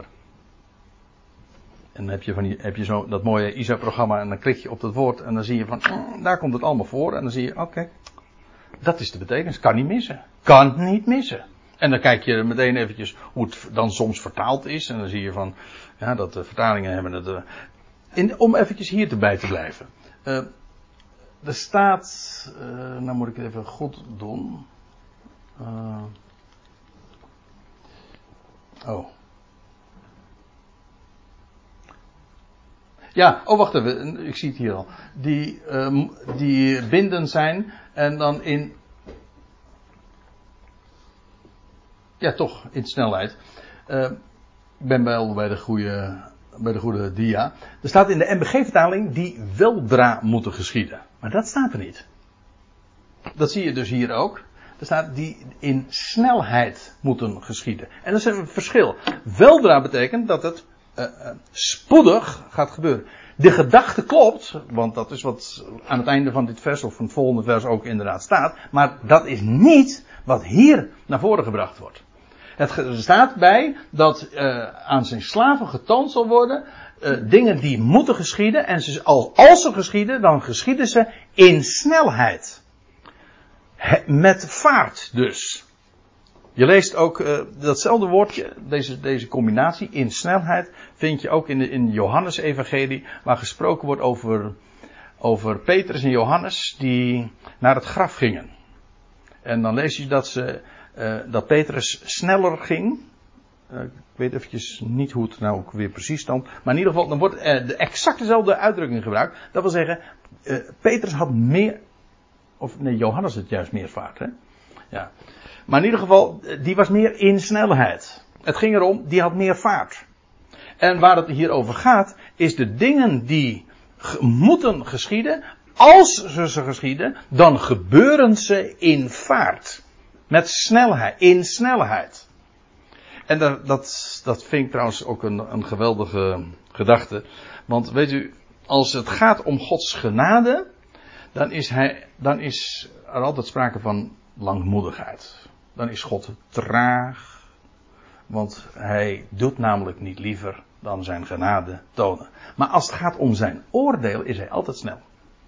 En dan heb je zo dat mooie ISA-programma en dan klik je op dat woord en dan zie je van, daar komt het allemaal voor. En dan zie je, oké, dat is de betekenis. Kan niet missen. Kan niet missen. En dan kijk je meteen eventjes hoe het dan soms vertaald is. En dan zie je van, ja, dat de vertalingen hebben het. Om eventjes hier bij te blijven. Er staat, nou moet ik het even goed doen. Ja, wacht even, ik zie het hier al. Die bindend zijn en dan in snelheid. Ik ben bij de goede dia. Er staat in de MBG-vertaling die weldra moeten geschieden. Maar dat staat er niet. Dat zie je dus hier ook. Er staat die in snelheid moeten geschieden. En dat is een verschil. Weldra betekent dat het spoedig gaat gebeuren. De gedachte klopt, want dat is wat aan het einde van dit vers of van het volgende vers ook inderdaad staat. Maar dat is niet wat hier naar voren gebracht wordt. Er staat bij dat aan zijn slaven getoond zal worden dingen die moeten geschieden. En als ze geschieden, dan geschieden ze in snelheid. Met vaart dus. Je leest ook datzelfde woordje, deze combinatie in snelheid, vind je ook in Johannes evangelie, waar gesproken wordt over Petrus en Johannes die naar het graf gingen. En dan lees je dat Petrus sneller ging. Ik weet eventjes niet hoe het nou ook weer precies stond. Maar in ieder geval, dan wordt de exact dezelfde uitdrukking gebruikt. Dat wil zeggen, Petrus had meer, of nee, Johannes had juist meer vaart, hè? Ja. Maar in ieder geval, die was meer in snelheid. Het ging erom, die had meer vaart. En waar het hier over gaat, is de dingen die moeten geschieden. Als ze geschieden, dan gebeuren ze in vaart. Met snelheid, in snelheid. En dat vind ik trouwens ook een geweldige gedachte. Want weet u, als het gaat om Gods genade, dan is er altijd sprake van langmoedigheid. Dan is God traag. Want hij doet namelijk niet liever dan zijn genade tonen. Maar als het gaat om zijn oordeel, is hij altijd snel.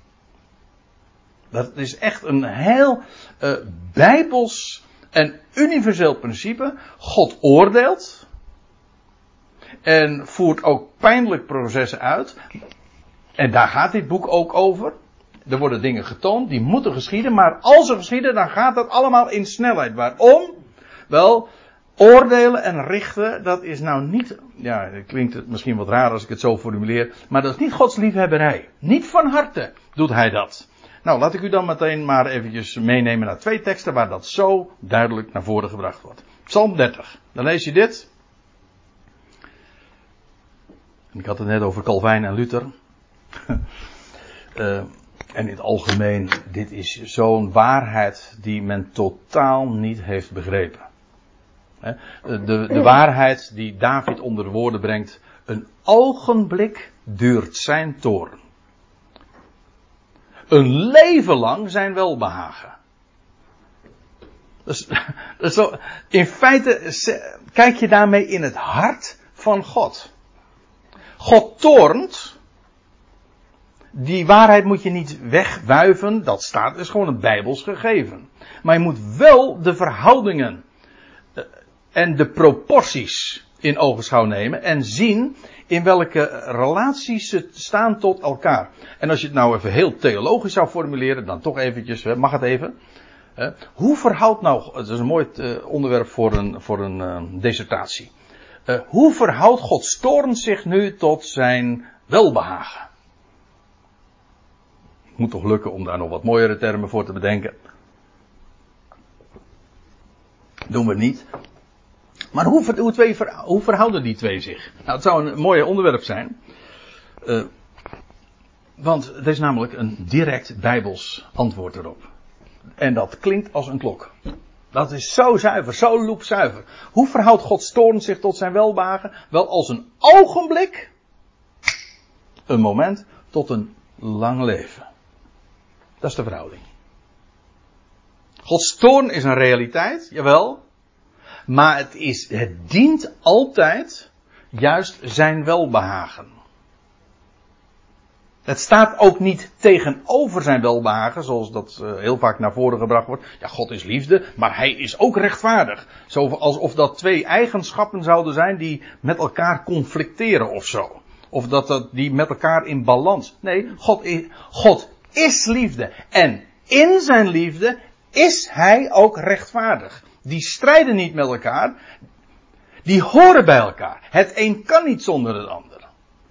Dat is echt een heel bijbels en universeel principe. God oordeelt. En voert ook pijnlijk processen uit. En daar gaat dit boek ook over. Er worden dingen getoond, die moeten geschieden. Maar als ze geschieden, dan gaat dat allemaal in snelheid. Waarom? Wel, oordelen en richten, dat is nou niet... Ja, het klinkt misschien wat raar als ik het zo formuleer. Maar dat is niet Gods liefhebberij. Niet van harte doet hij dat. Nou, laat ik u dan meteen maar eventjes meenemen naar 2 teksten waar dat zo duidelijk naar voren gebracht wordt. Psalm 30. Dan lees je dit. Ik had het net over Calvijn en Luther. En in het algemeen, dit is zo'n waarheid die men totaal niet heeft begrepen. De waarheid die David onder de woorden brengt. Een ogenblik duurt zijn toorn. Een leven lang zijn welbehagen. Dus zo, in feite kijk je daarmee in het hart van God. God toornt. Die waarheid moet je niet wegwuiven. Dat staat, is gewoon een bijbels gegeven. Maar je moet wel de verhoudingen en de proporties in ogenschouw nemen. En zien in welke relaties ze staan tot elkaar. En als je het nou even heel theologisch zou formuleren. Dan toch eventjes, mag het even. Hoe verhoudt nou, het is een mooi onderwerp voor een dissertatie. Hoe verhoudt Gods toorn zich nu tot zijn welbehagen? Het moet toch lukken om daar nog wat mooiere termen voor te bedenken. Doen we niet. Maar hoe verhouden die twee zich? Nou, het zou een mooi onderwerp zijn. Want het is namelijk een direct bijbels antwoord erop. En dat klinkt als een klok. Dat is zo zuiver, zo loepzuiver. Hoe verhoudt Gods toorn zich tot zijn welbehagen? Wel als een ogenblik, een moment, tot een lang leven. Dat is de verhouding. Gods toorn is een realiteit, jawel. Maar het dient altijd juist zijn welbehagen. Het staat ook niet tegenover zijn welbehagen, zoals dat heel vaak naar voren gebracht wordt. Ja, God is liefde, maar hij is ook rechtvaardig. Zo alsof dat 2 eigenschappen zouden zijn die met elkaar conflicteren of zo. Of die met elkaar in balans. Nee, God is liefde. En in zijn liefde is hij ook rechtvaardig. Die strijden niet met elkaar. Die horen bij elkaar. Het een kan niet zonder het ander.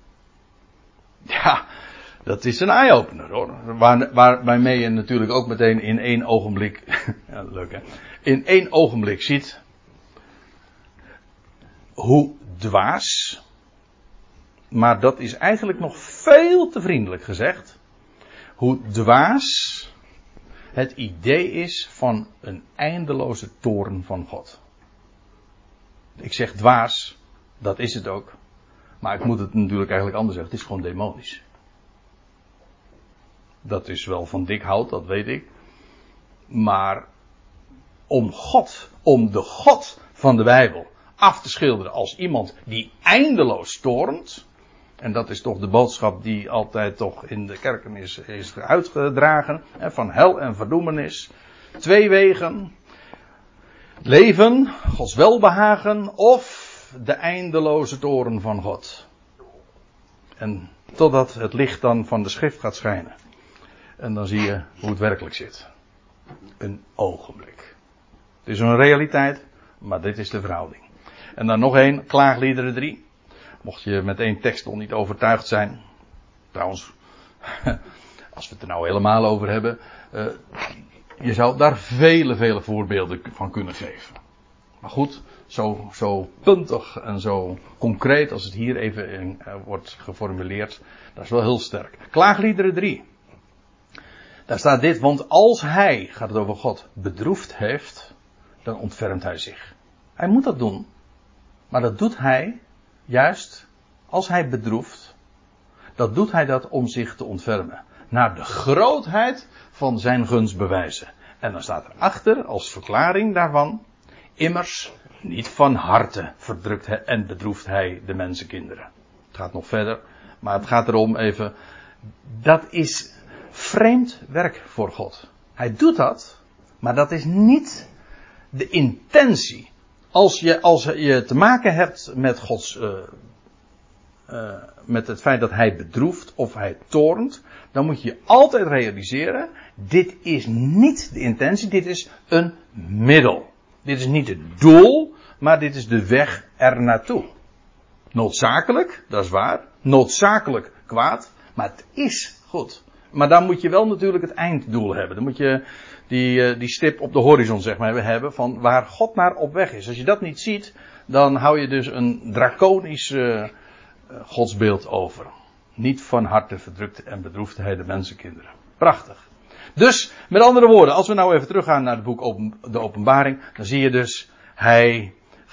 Ja, dat is een eye-opener hoor. Waarmee je natuurlijk ook meteen in 1 ogenblik. Ja, leuk hè. In 1 ogenblik ziet. Hoe dwaas. Maar dat is eigenlijk nog veel te vriendelijk gezegd. Hoe dwaas het idee is van een eindeloze toorn van God. Ik zeg dwaas, dat is het ook. Maar ik moet het natuurlijk eigenlijk anders zeggen. Het is gewoon demonisch. Dat is wel van dik hout, dat weet ik. Maar om de God van de Bijbel af te schilderen als iemand die eindeloos toornt. En dat is toch de boodschap die altijd toch in de kerken is uitgedragen. Van hel en verdoemenis. 2 wegen. Leven, Gods welbehagen of de eindeloze toorn van God. En totdat het licht dan van de schrift gaat schijnen. En dan zie je hoe het werkelijk zit. Een ogenblik. Het is een realiteit, maar dit is de verhouding. En dan nog 1, Klaagliederen 3. Mocht je met 1 tekst nog niet overtuigd zijn. Trouwens, als we het er nou helemaal over hebben. Je zou daar vele voorbeelden van kunnen geven. Maar goed, zo puntig en zo concreet als het hier even wordt geformuleerd. Dat is wel heel sterk. Klaagliederen 3. Daar staat dit, want als hij, gaat het over God, bedroefd heeft, dan ontfermt hij zich. Hij moet dat doen. Maar dat doet hij juist als hij bedroeft. Dat doet hij dat om zich te ontfermen. Naar de grootheid van zijn gunstbewijzen. En dan staat erachter als verklaring daarvan. Immers niet van harte verdrukt en bedroeft hij de mensenkinderen. Het gaat nog verder. Maar het gaat erom even. Dat is vreemd werk voor God. Hij doet dat. Maar dat is niet de intentie. Als je te maken hebt met Gods met het feit dat hij bedroeft of hij toornt, dan moet je altijd realiseren, dit is niet de intentie, dit is een middel. Dit is niet het doel, maar dit is de weg ernaartoe. Noodzakelijk, dat is waar. Noodzakelijk kwaad, maar het is goed. Maar dan moet je wel natuurlijk het einddoel hebben. Dan moet je die stip op de horizon, zeg maar, hebben van waar God naar op weg is. Als je dat niet ziet, dan hou je dus een draconisch godsbeeld over. Niet van harte verdrukt en bedroefd hij de mensenkinderen. Prachtig. Dus, met andere woorden, als we nou even teruggaan naar het boek de Openbaring, dan zie je dus, hij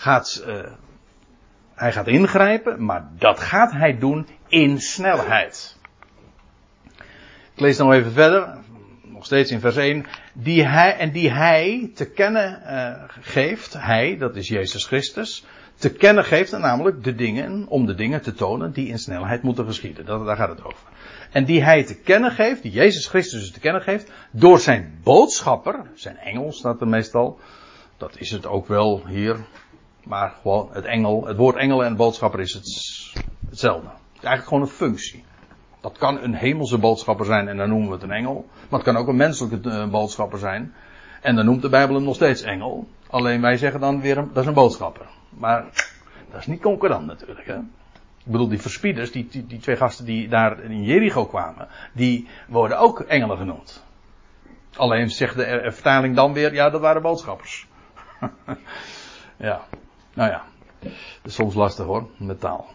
gaat ingrijpen, maar dat gaat hij doen in snelheid. Ik lees nog even verder, nog steeds in vers 1, die hij te kennen geeft, hij, dat is Jezus Christus, te kennen geeft, namelijk de dingen, om de dingen te tonen die in snelheid moeten geschieden. Daar gaat het over. En die hij te kennen geeft, die Jezus Christus dus te kennen geeft, door zijn boodschapper, zijn engel staat er meestal, dat is het ook wel hier, maar gewoon het woord engel en boodschapper is hetzelfde. Het is eigenlijk gewoon een functie. Dat kan een hemelse boodschapper zijn en dan noemen we het een engel. Maar het kan ook een menselijke boodschapper zijn. En dan noemt de Bijbel hem nog steeds engel. Alleen wij zeggen dan weer, dat is een boodschapper. Maar dat is niet concurrent natuurlijk. Hè? Ik bedoel, die verspieders, die twee gasten die daar in Jericho kwamen, die worden ook engelen genoemd. Alleen zegt de vertaling dan weer, ja, dat waren boodschappers. Ja, nou ja. Dat is soms lastig hoor, met taal.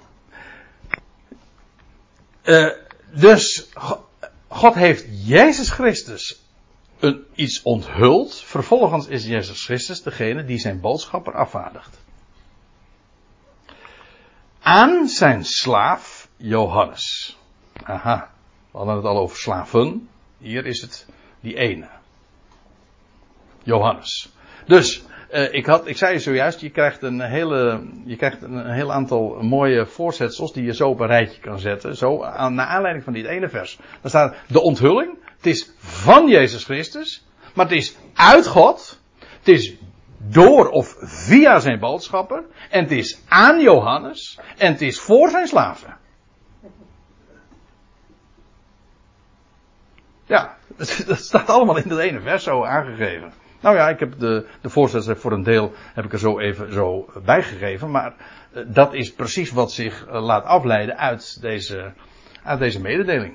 Dus God heeft Jezus Christus iets onthuld. Vervolgens is Jezus Christus degene die zijn boodschapper afvaardigt. Aan zijn slaaf Johannes. Aha, we hadden het al over slaven. Hier is het die ene. Johannes. Dus, ik zei je zojuist, je krijgt een heel aantal mooie voorzetsels die je zo op een rijtje kan zetten. Zo, naar aanleiding van dit ene vers. Dan staat de onthulling. Het is van Jezus Christus. Maar het is uit God. Het is door of via zijn boodschapper. En het is aan Johannes. En het is voor zijn slaven. Ja, dat staat allemaal in dat ene vers zo aangegeven. Nou ja, ik heb de voorzetsel voor een deel heb ik er zo even zo bijgegeven. Maar dat is precies wat zich laat afleiden uit deze mededeling.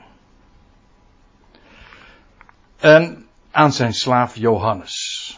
En aan zijn slaaf Johannes.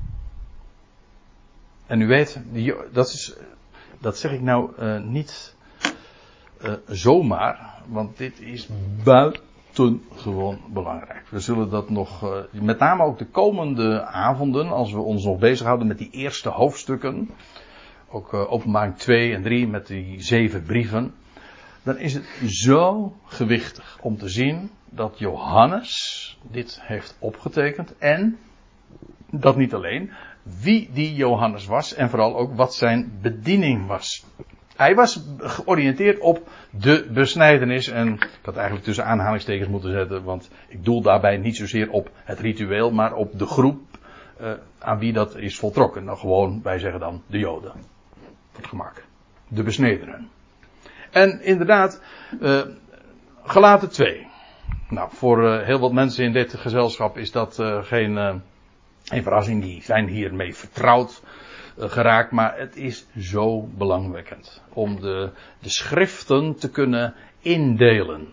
En u weet, dat zeg ik nou niet zomaar. Want dit is buitengewoon belangrijk. We zullen dat nog, met name ook de komende avonden, als we ons nog bezighouden met die eerste hoofdstukken. Ook Openbaring 2 en 3 met die 7 brieven. Dan is het zo gewichtig om te zien dat Johannes dit heeft opgetekend. En dat niet alleen. Wie die Johannes was en vooral ook wat zijn bediening was. Hij was georiënteerd op de besnijdenis. En ik had eigenlijk tussen aanhalingstekens moeten zetten. Want ik doel daarbij niet zozeer op het ritueel. Maar op de groep aan wie dat is voltrokken. Nou gewoon, wij zeggen dan de Joden. Voor het gemak. De besnedenen. En inderdaad, Galaten 2. Nou, voor heel wat mensen in dit gezelschap is dat geen verrassing. Die zijn hiermee vertrouwd geraakt. Maar het is zo belangwekkend om de schriften te kunnen indelen.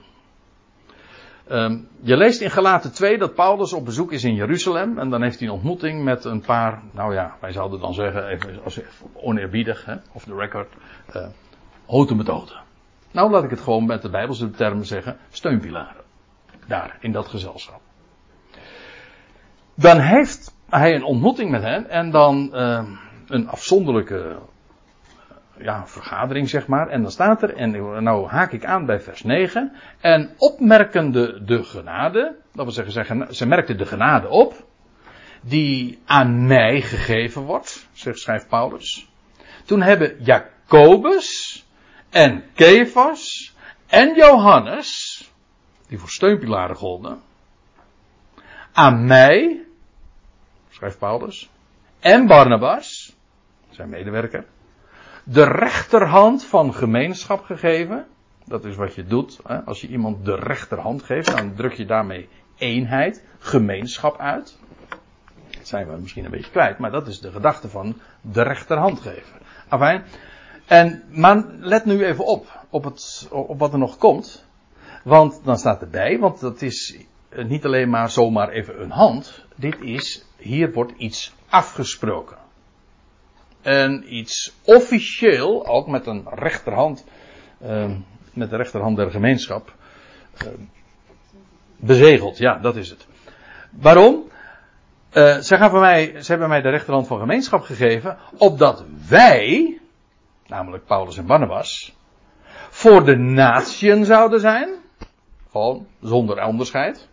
Je leest in Galaten 2 dat Paulus op bezoek is in Jeruzalem. En dan heeft hij een ontmoeting met een paar, nou ja, wij zouden dan zeggen, even oneerbiedig, off the record, houten methoden. Nou, laat ik het gewoon met de Bijbelse termen zeggen, steunpilaren. Daar, in dat gezelschap. Dan heeft hij een ontmoeting met hen en dan een afzonderlijke vergadering, zeg maar. En dan staat er, en nou haak ik aan bij vers 9. En opmerkende de genade, dat wil zeggen, ze merkte de genade op, die aan mij gegeven wordt, schrijft Paulus. Toen hebben Jacobus en Kefas en Johannes, die voor steunpilaren golden, aan mij, schrijft Paulus, en Barnabas, zijn medewerker, de rechterhand van gemeenschap gegeven. Dat is wat je doet. Hè? Als je iemand de rechterhand geeft, dan druk je daarmee eenheid, gemeenschap uit. Dat zijn we misschien een beetje kwijt, maar dat is de gedachte van de rechterhand geven. Afijn. Maar let nu even op wat er nog komt. Want dan staat erbij, want dat is niet alleen maar zomaar even een hand. Hier wordt iets afgesproken. En iets officieel, ook met een rechterhand, met de rechterhand der gemeenschap, bezegeld. Ja, dat is het. Waarom? Ze hebben mij de rechterhand van gemeenschap gegeven, opdat wij, namelijk Paulus en Barnabas, voor de natieën zouden zijn, gewoon zonder onderscheid.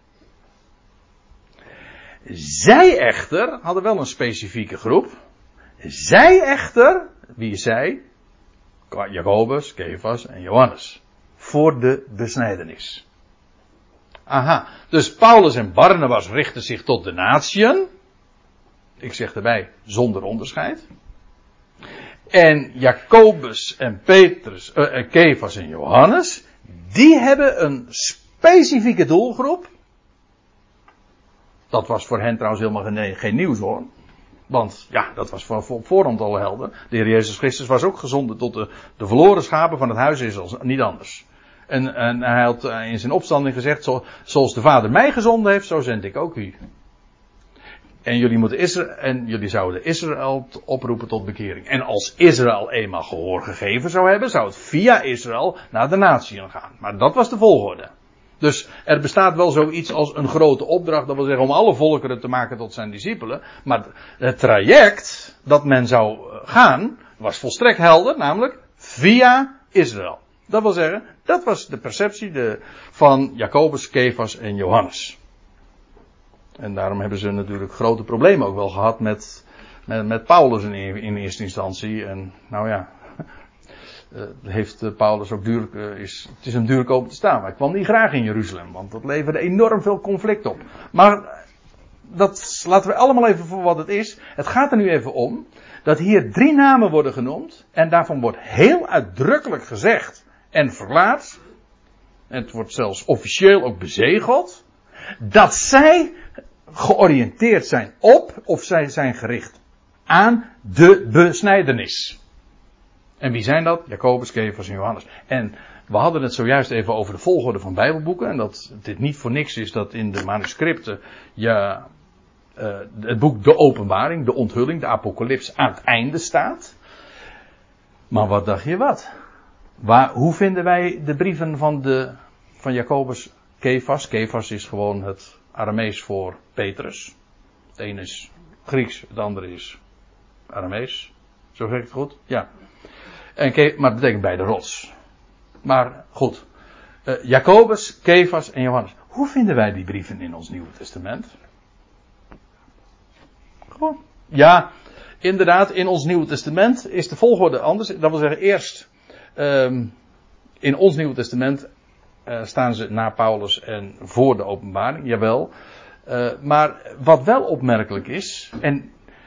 Zij echter hadden wel een specifieke groep. Zij echter, wie is zij? Jacobus, Kefas en Johannes. Voor de besnijdenis. Aha, dus Paulus en Barnabas richten zich tot de natieën. Ik zeg erbij, zonder onderscheid. En Jacobus en Petrus, Kefas en Johannes, die hebben een specifieke doelgroep. Dat was voor hen trouwens helemaal geen nieuws hoor. Want ja, dat was op voorhand al helder. De Heer Jezus Christus was ook gezonden tot de verloren schapen van het huis Israëls, niet anders. En hij had in zijn opstanding gezegd, zoals de Vader mij gezonden heeft, zo zend ik ook u. En jullie zouden Israël oproepen tot bekering. En als Israël eenmaal gehoor gegeven zou hebben, zou het via Israël naar de natieën gaan. Maar dat was de volgorde. Dus er bestaat wel zoiets als een grote opdracht, dat wil zeggen om alle volkeren te maken tot zijn discipelen. Maar het traject dat men zou gaan, was volstrekt helder, namelijk via Israël. Dat wil zeggen, dat was de perceptie van Jacobus, Kefas en Johannes. En daarom hebben ze natuurlijk grote problemen ook wel gehad met Paulus in eerste instantie. En nou ja, heeft Paulus ook het is hem duur komen te staan. Maar hij kwam niet graag in Jeruzalem, want dat leverde enorm veel conflict op. Maar dat laten we allemaal even voor wat het is. Het gaat er nu even om dat hier 3 namen worden genoemd. En daarvan wordt heel uitdrukkelijk gezegd en verklaard. En het wordt zelfs officieel ook bezegeld. Dat zij georiënteerd zijn op, of zij zijn gericht aan de besnijdenis. En wie zijn dat? Jacobus, Kefas en Johannes. En we hadden het zojuist even over de volgorde van Bijbelboeken. En dat dit niet voor niks is dat in de manuscripten het boek De Openbaring, de onthulling, de apocalyps aan het einde staat. Maar wat dacht je wat? Hoe vinden wij de brieven van Jacobus, Kefas? Kefas is gewoon het Aramees voor Petrus. Het ene is Grieks, het andere is Aramees. Zo zeg ik het goed? Ja. Maar het betekent bij de rots. Maar goed. Jacobus, Kefas en Johannes. Hoe vinden wij die brieven in ons Nieuwe Testament? Gewoon. Ja, inderdaad, in ons Nieuwe Testament is de volgorde anders. Dat wil zeggen, eerst in ons Nieuwe Testament staan ze na Paulus en voor de Openbaring, jawel. Maar wat wel opmerkelijk is, en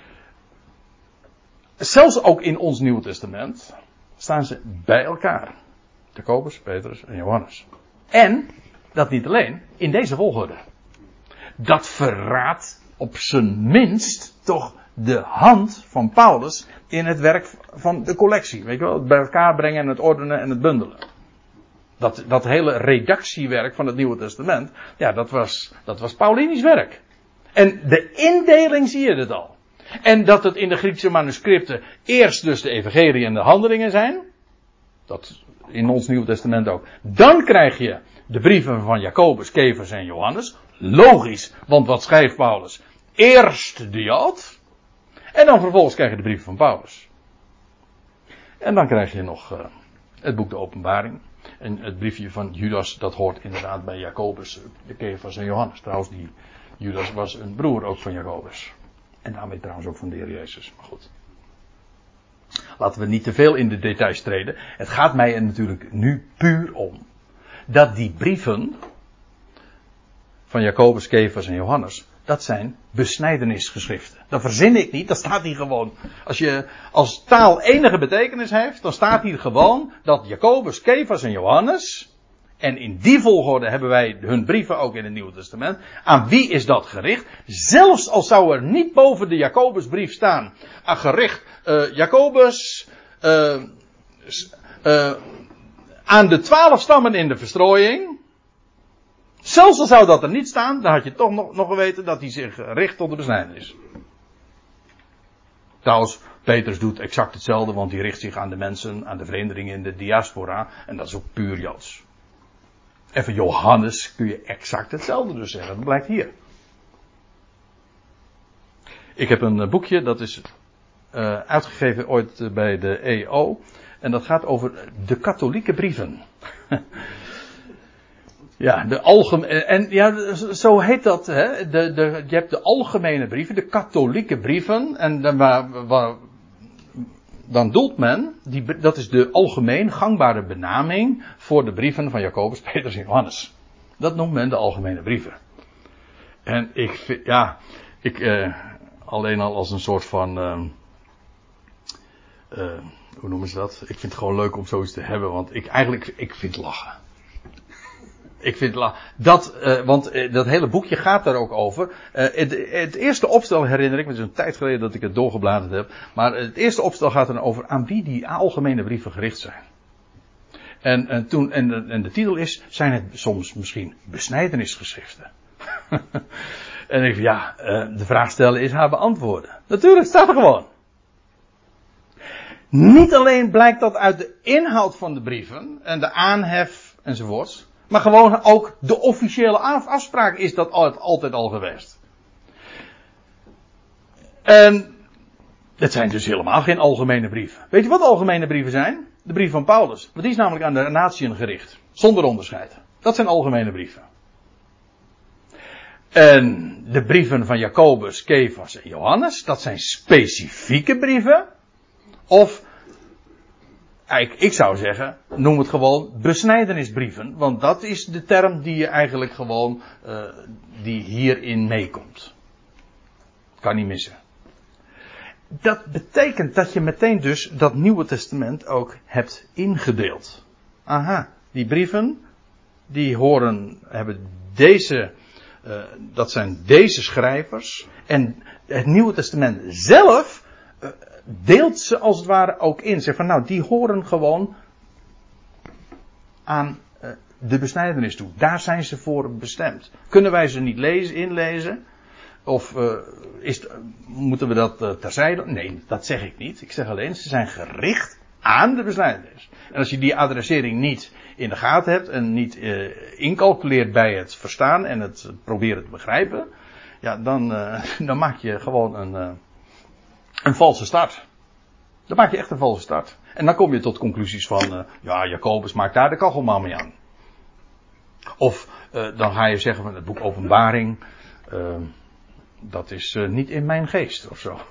zelfs ook in ons Nieuwe Testament staan ze bij elkaar. Jacobus, Petrus en Johannes. En, dat niet alleen, in deze volgorde. Dat verraadt op zijn minst toch de hand van Paulus in het werk van de collectie. Weet je wel, het bij elkaar brengen en het ordenen en het bundelen. Dat hele redactiewerk van het Nieuwe Testament, ja, dat was Paulinisch werk. En de indeling zie je het al. En dat het in de Griekse manuscripten eerst dus de evangelie en de handelingen zijn. Dat in ons Nieuwe Testament ook. Dan krijg je de brieven van Jacobus, Kefas en Johannes. Logisch, want wat schrijft Paulus? Eerst de Jood. En dan vervolgens krijg je de brieven van Paulus. En dan krijg je nog het boek De Openbaring. En het briefje van Judas, dat hoort inderdaad bij Jacobus, de Kefas en Johannes. Trouwens, die Judas was een broer ook van Jacobus. En daarmee trouwens ook van de Heer Jezus. Maar goed. Laten we niet te veel in de details treden. Het gaat mij er natuurlijk nu puur om dat die brieven van Jacobus, Kefas en Johannes dat zijn besnijdenisgeschriften. Dat verzin ik niet, dat staat hier gewoon. Als taal enige betekenis heeft, dan staat hier gewoon dat Jacobus, Kefas en Johannes, en in die volgorde hebben wij hun brieven ook in het Nieuwe Testament. Aan wie is dat gericht? Zelfs al zou er niet boven de Jacobusbrief staan, gericht Jacobus aan de 12 stammen in de verstrooiing. Zelfs al zou dat er niet staan, dan had je toch nog geweten dat hij zich richt tot de besnijdenis. Trouwens, Petrus doet exact hetzelfde, want hij richt zich aan de mensen, aan de vreemdelingen in de diaspora. En dat is ook puur Joods. En van Johannes kun je exact hetzelfde dus zeggen. Dat blijkt hier. Ik heb een boekje, dat is uitgegeven ooit bij de EO. En dat gaat over de katholieke brieven. Ja, de algemene, en ja, zo heet dat, hè. Je hebt de algemene brieven, de katholieke brieven, en dan doelt men, dat is de algemeen gangbare benaming voor de brieven van Jacobus, Petrus en Johannes. Dat noemt men de algemene brieven. En ik vind, alleen al als een soort van, hoe noemen ze dat? Ik vind het gewoon leuk om zoiets te hebben, want ik vind lachen. Ik vind want dat hele boekje gaat daar ook over. Het eerste opstel herinner ik me, het is een tijd geleden dat ik het doorgebladerd heb. Maar het eerste opstel gaat er over aan wie die algemene brieven gericht zijn. En de titel is, zijn het soms misschien besnijdenisgeschriften? En ik de vraag stellen is haar beantwoorden. Natuurlijk, staat er gewoon. Niet alleen blijkt dat uit de inhoud van de brieven en de aanhef enzovoorts. Maar gewoon ook de officiële afspraak is dat altijd al geweest. En het zijn dus helemaal geen algemene brieven. Weet je wat algemene brieven zijn? De brief van Paulus. Want die is namelijk aan de natieën gericht. Zonder onderscheid. Dat zijn algemene brieven. En de brieven van Jacobus, Kefas en Johannes, dat zijn specifieke brieven. Of, ik zou zeggen, noem het gewoon besnijdenisbrieven. Want dat is de term die je eigenlijk gewoon, die hierin meekomt. Kan niet missen. Dat betekent dat je meteen dus dat Nieuwe Testament ook hebt ingedeeld. Aha, die brieven, die hebben deze, dat zijn deze schrijvers. En het Nieuwe Testament zelf deelt ze als het ware ook in. Zeg van die horen gewoon aan de besnijdenis toe. Daar zijn ze voor bestemd. Kunnen wij ze niet inlezen? Of moeten we dat terzijde? Nee, dat zeg ik niet. Ik zeg alleen, ze zijn gericht aan de besnijdenis. En als je die adressering niet in de gaten hebt en niet incalculeert bij het verstaan en het proberen te begrijpen, ja, dan maak je gewoon een valse start. Dan maak je echt een valse start. En dan kom je tot conclusies van, Jacobus maakt daar de kachelman mee aan. Of dan ga je zeggen van het boek Openbaring, dat is niet in mijn geest of zo.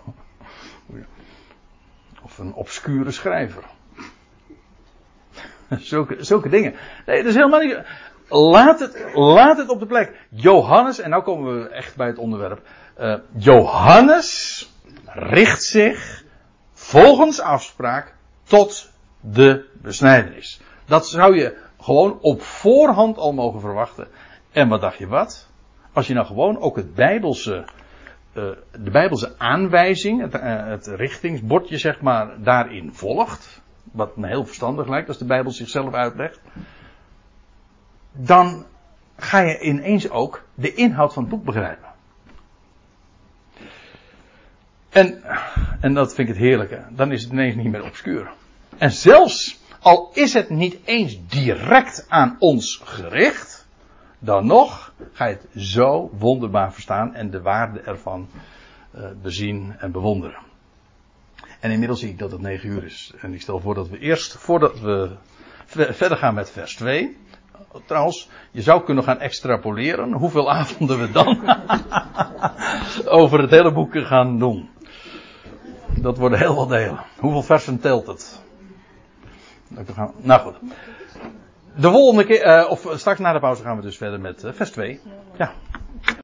Of een obscure schrijver. Zulke dingen. Nee, dat is helemaal niet. Laat het op de plek. Johannes, en nu komen we echt bij het onderwerp. Johannes richt zich volgens afspraak tot de besnijdenis. Dat zou je gewoon op voorhand al mogen verwachten. En wat dacht je wat? Als je nou gewoon ook de Bijbelse aanwijzing, het richtingsbordje zeg maar, daarin volgt. Wat me heel verstandig lijkt als de Bijbel zichzelf uitlegt. Dan ga je ineens ook de inhoud van het boek begrijpen. En dat vind ik het heerlijke. Dan is het ineens niet meer obscuur. En zelfs al is het niet eens direct aan ons gericht, dan nog ga je het zo wonderbaar verstaan en de waarde ervan bezien en bewonderen. En inmiddels zie ik dat het 9 uur is. En ik stel voor dat we eerst, voordat we verder gaan met vers 2. Trouwens, je zou kunnen gaan extrapoleren hoeveel avonden we dan over het hele boek gaan doen. Dat worden heel wat delen. Hoeveel versen telt het? Nou goed. De volgende keer, of straks na de pauze gaan we dus verder met vers 2. Ja.